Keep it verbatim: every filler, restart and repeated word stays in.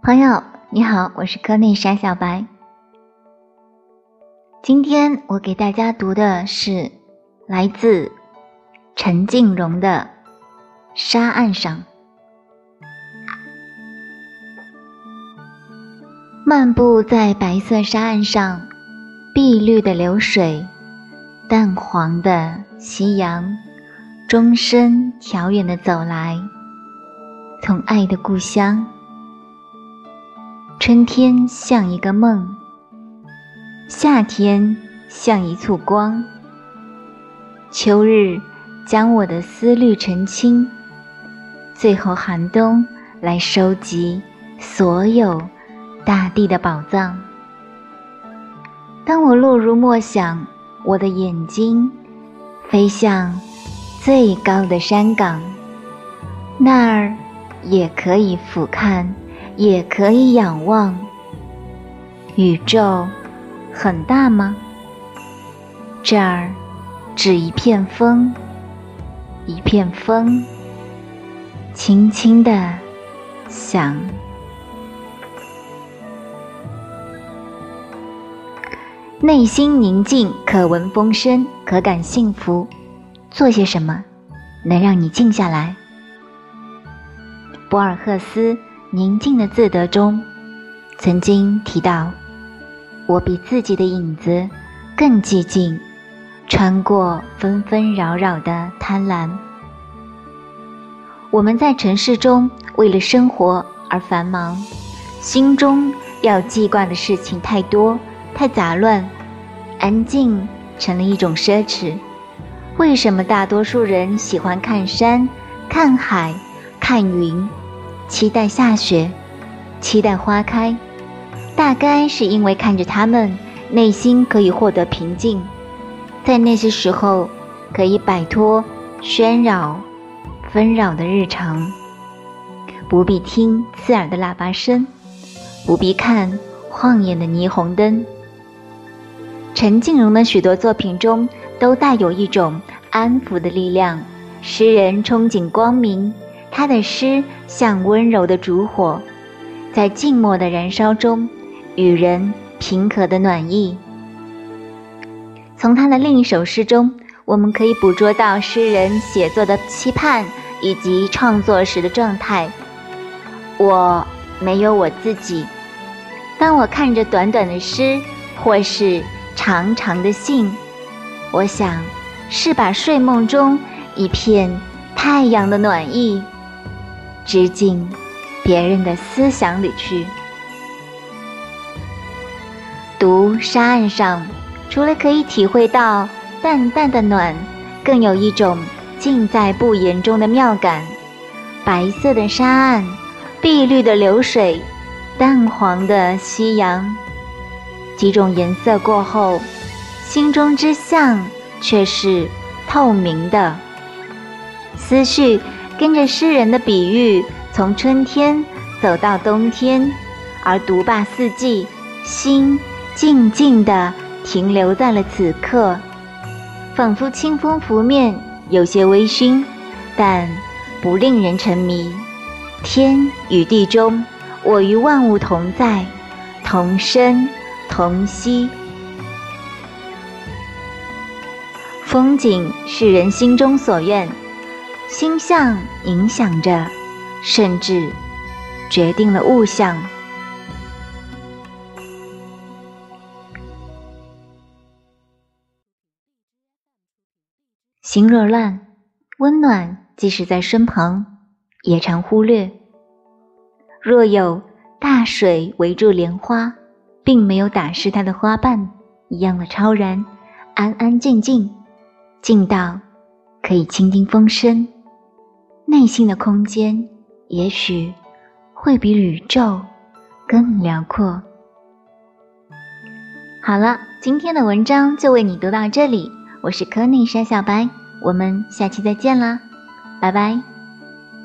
朋友你好，我是科内傻小白。今天我给大家读的是来自陈静蓉的《沙岸上》。漫步在白色沙岸上，碧绿的流水，淡黄的夕阳，钟声调远地走来，从爱的故乡。春天像一个梦，夏天像一簇光，秋日将我的思虑澄清，最后寒冬来收集所有大地的宝藏。当我落入默想，我的眼睛飞向最高的山岗，那儿也可以俯瞰，也可以仰望。宇宙很大吗？这儿只一片风，一片风轻轻地响。内心宁静，可闻风声，可感幸福。做些什么能让你静下来？博尔赫斯《宁静的自得》中曾经提到，我比自己的影子更寂静，穿过纷纷扰扰的贪婪。我们在城市中为了生活而繁忙，心中要记挂的事情太多太杂乱，安静成了一种奢侈。为什么大多数人喜欢看山、看海、看云，期待下雪，期待花开？大概是因为看着它们，内心可以获得平静，在那些时候可以摆脱喧扰纷扰的日常，不必听刺耳的喇叭声，不必看晃眼的霓虹灯。陈静蓉的许多作品中都带有一种安抚的力量，诗人憧憬光明，他的诗像温柔的烛火，在静默的燃烧中与人平和的暖意。从他的另一首诗中，我们可以捕捉到诗人写作的期盼以及创作时的状态。我没有我自己，当我看着短短的诗或是长长的信，我想是把睡梦中一片太阳的暖意织进别人的思想里去。读沙岸上，除了可以体会到淡淡的暖，更有一种尽在不言中的妙感。白色的沙岸，碧绿的流水，淡黄的夕阳，几种颜色过后，心中之象却是透明的。思绪跟着诗人的比喻，从春天走到冬天，而独霸四季，心静静地停留在了此刻，仿佛清风拂面，有些微醺，但不令人沉迷。天与地中，我与万物同在，同生同息。风景是人心中所愿，心象影响着，甚至决定了物象。心若乱，温暖即使在身旁，也常忽略。若有大水围住莲花，并没有打湿它的花瓣，一样的超然，安安静静，静到可以倾听风声，内心的空间也许会比宇宙更辽阔。好了，今天的文章就为你读到这里，我是科内傻小白，我们下期再见啦，拜拜。